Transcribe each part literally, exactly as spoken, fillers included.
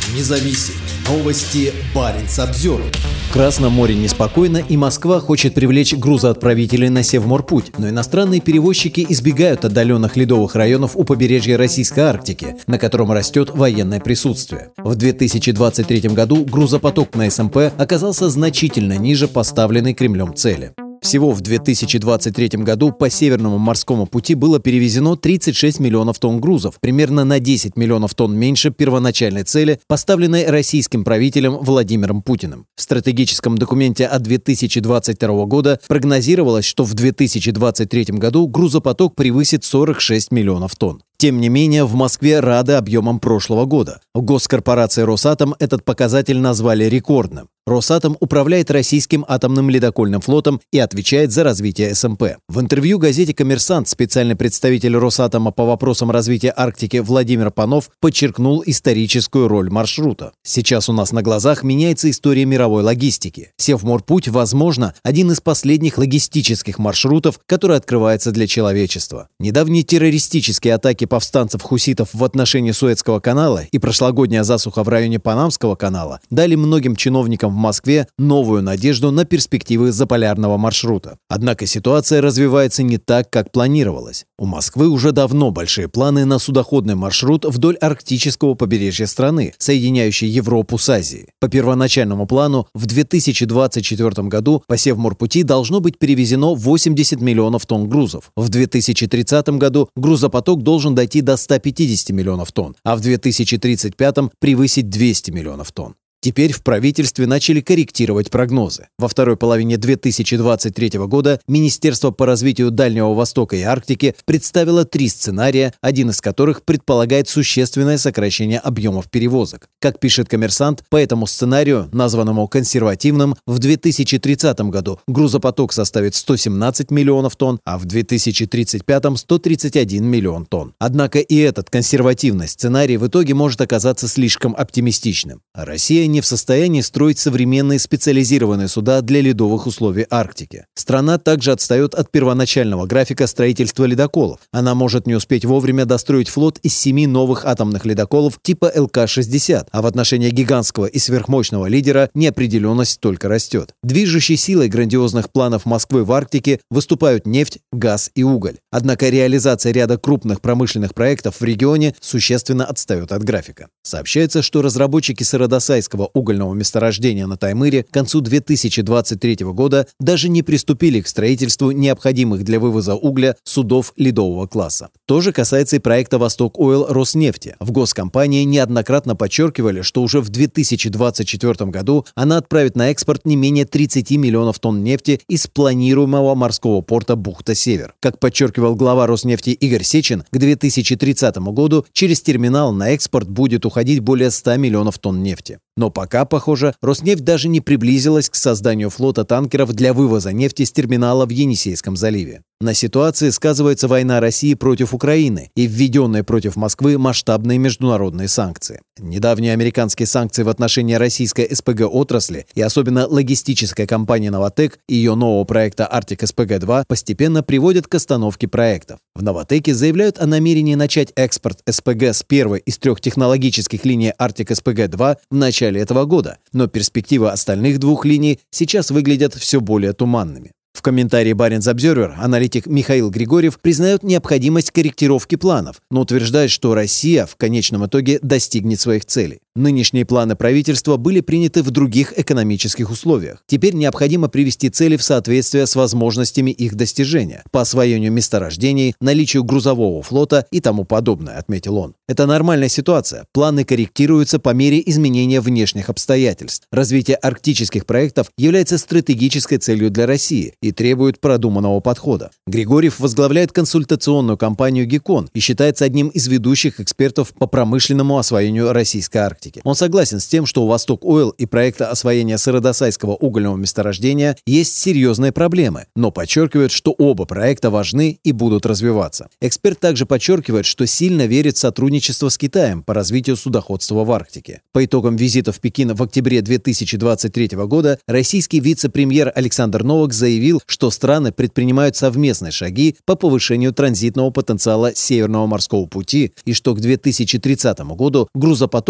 Независимые новости. Баренц-Обзервер. В Красном море неспокойно, и Москва хочет привлечь грузоотправителей на Севморпуть, но иностранные перевозчики избегают отдаленных ледовых районов у побережья Российской Арктики, на котором растет военное присутствие. В две тысячи двадцать третьем году грузопоток на эс эм пэ оказался значительно ниже поставленной Кремлем цели. Всего в две тысячи двадцать третьем году по Северному морскому пути было перевезено тридцать шесть миллионов тонн грузов, примерно на десять миллионов тонн меньше первоначальной цели, поставленной российским правителем Владимиром Путиным. В стратегическом документе от две тысячи двадцать второго года прогнозировалось, что в две тысячи двадцать третьем году грузопоток превысит сорок шесть миллионов тонн. Тем не менее, в Москве рады объемам прошлого года. В госкорпорации «Росатом» этот показатель назвали рекордным. «Росатом» управляет российским атомным ледокольным флотом и отвечает за развитие эс эм пэ. В интервью газете «Коммерсант» специальный представитель «Росатома» по вопросам развития Арктики Владимир Панов подчеркнул историческую роль маршрута. Сейчас у нас на глазах меняется история мировой логистики. Севморпуть, возможно, один из последних логистических маршрутов, который открывается для человечества. Недавние террористические атаки повстанцев-хуситов в отношении Суэцкого канала и прошлогодняя засуха в районе Панамского канала дали многим чиновникам в Москве новую надежду на перспективы заполярного маршрута. Однако ситуация развивается не так, как планировалось. У Москвы уже давно большие планы на судоходный маршрут вдоль арктического побережья страны, соединяющий Европу с Азией. По первоначальному плану в две тысячи двадцать четвёртом году по Севморпути должно быть перевезено восемьдесят миллионов тонн грузов. В две тысячи тридцатом году грузопоток должен дойти до ста пятидесяти миллионов тонн, а в две тысячи тридцать пятом превысить двести миллионов тонн. Теперь в правительстве начали корректировать прогнозы. Во второй половине две тысячи двадцать третьего года Министерство по развитию Дальнего Востока и Арктики представило три сценария, один из которых предполагает существенное сокращение объемов перевозок. Как пишет «Коммерсант», по этому сценарию, названному консервативным, в две тысячи тридцатом году грузопоток составит сто семнадцать миллионов тонн, а в две тысячи тридцать пятом – сто тридцать один миллион тонн. Однако и этот консервативный сценарий в итоге может оказаться слишком оптимистичным. Россия не в состоянии строить современные специализированные суда для ледовых условий Арктики. Страна также отстает от первоначального графика строительства ледоколов. Она может не успеть вовремя достроить флот из семи новых атомных ледоколов типа эл ка шестьдесят, а в отношении гигантского и сверхмощного лидера неопределенность только растет. Движущей силой грандиозных планов Москвы в Арктике выступают нефть, газ и уголь. Однако реализация ряда крупных промышленных проектов в регионе существенно отстает от графика. Сообщается, что разработчики Сыродосайского угольного месторождения на Таймыре к концу две тысячи двадцать третьего года даже не приступили к строительству необходимых для вывоза угля судов ледового класса. То же касается и проекта «Восток-Ойл» Роснефти. В госкомпании неоднократно подчеркивали, что уже в две тысячи двадцать четвёртом году она отправит на экспорт не менее тридцати миллионов тонн нефти из планируемого морского порта Бухта-Север. Как подчеркивал глава Роснефти Игорь Сечин, к две тысячи тридцатому году через терминал на экспорт будет уходить более ста миллионов тонн нефти. Но пока, похоже, Роснефть даже не приблизилась к созданию флота танкеров для вывоза нефти с терминала в Енисейском заливе. На ситуации сказывается война России против Украины и введенные против Москвы масштабные международные санкции. Недавние американские санкции в отношении российской эс пэ гэ-отрасли и особенно логистической компании «Новатэк» и ее нового проекта «Арктик эс пэ гэ два» постепенно приводят к остановке проектов. В «Новатэке» заявляют о намерении начать экспорт эс пэ гэ с первой из трех технологических линий «Арктик эс пэ гэ два» в начале этого года, но перспективы остальных двух линий сейчас выглядят все более туманными. В комментарии Баренц-Обзервер аналитик Михаил Григорьев признает необходимость корректировки планов, но утверждает, что Россия в конечном итоге достигнет своих целей. Нынешние планы правительства были приняты в других экономических условиях. Теперь необходимо привести цели в соответствие с возможностями их достижения, по освоению месторождений, наличию грузового флота и тому подобное, отметил он. Это нормальная ситуация. Планы корректируются по мере изменения внешних обстоятельств. Развитие арктических проектов является стратегической целью для России и требует продуманного подхода. Григорьев возглавляет консультационную компанию «Гекон» и считается одним из ведущих экспертов по промышленному освоению российской Арктики. Он согласен с тем, что у «Восток-Ойл» и проекта освоения Сыродосайского угольного месторождения есть серьезные проблемы, но подчеркивает, что оба проекта важны и будут развиваться. Эксперт также подчеркивает, что сильно верит в сотрудничество с Китаем по развитию судоходства в Арктике. По итогам визита в Пекин в октябре две тысячи двадцать третьего года российский вице-премьер Александр Новак заявил, что страны предпринимают совместные шаги по повышению транзитного потенциала Северного морского пути и что к две тысячи тридцатому году грузопоток по этому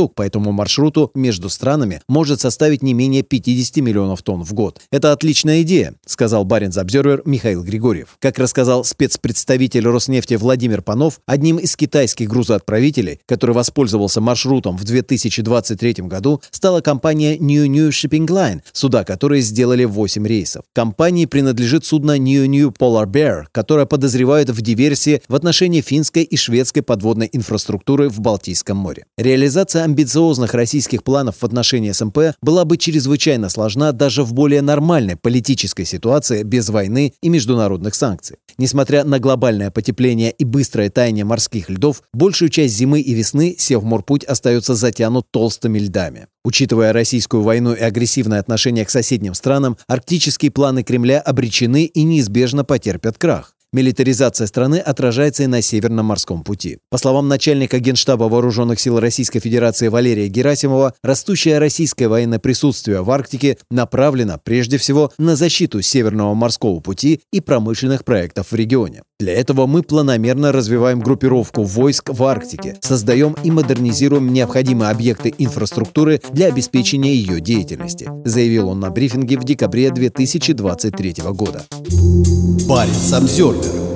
этому маршруту между странами может составить не менее пятьдесят миллионов тонн в год. Это отличная идея, сказал Баренц Обзервер Михаил Григорьев. Как рассказал спецпредставитель Роснефти Владимир Панов, одним из китайских грузоотправителей, который воспользовался маршрутом в две тысячи двадцать третьем году, стала компания New New Shipping Line, суда которой сделали восемь рейсов. Компании принадлежит судно New New Polar Bear, которое подозревают в диверсии в отношении финской и шведской подводной инфраструктуры в Балтийском море. Реализация амбициозных российских планов в отношении СМП была бы чрезвычайно сложна даже в более нормальной политической ситуации без войны и международных санкций. Несмотря на глобальное потепление и быстрое таяние морских льдов, большую часть зимы и весны Севморпуть остается затянут толстыми льдами. Учитывая российскую войну и агрессивное отношение к соседним странам, арктические планы Кремля обречены и неизбежно потерпят крах. Милитаризация страны отражается и на Северном морском пути. По словам начальника Генштаба Вооруженных сил Российской Федерации Валерия Герасимова, растущее российское военное присутствие в Арктике направлено прежде всего на защиту Северного морского пути и промышленных проектов в регионе. Для этого мы планомерно развиваем группировку войск в Арктике, создаем и модернизируем необходимые объекты инфраструктуры для обеспечения ее деятельности, заявил он на брифинге в декабре две тысячи двадцать третьего года. Баренц Обзервер.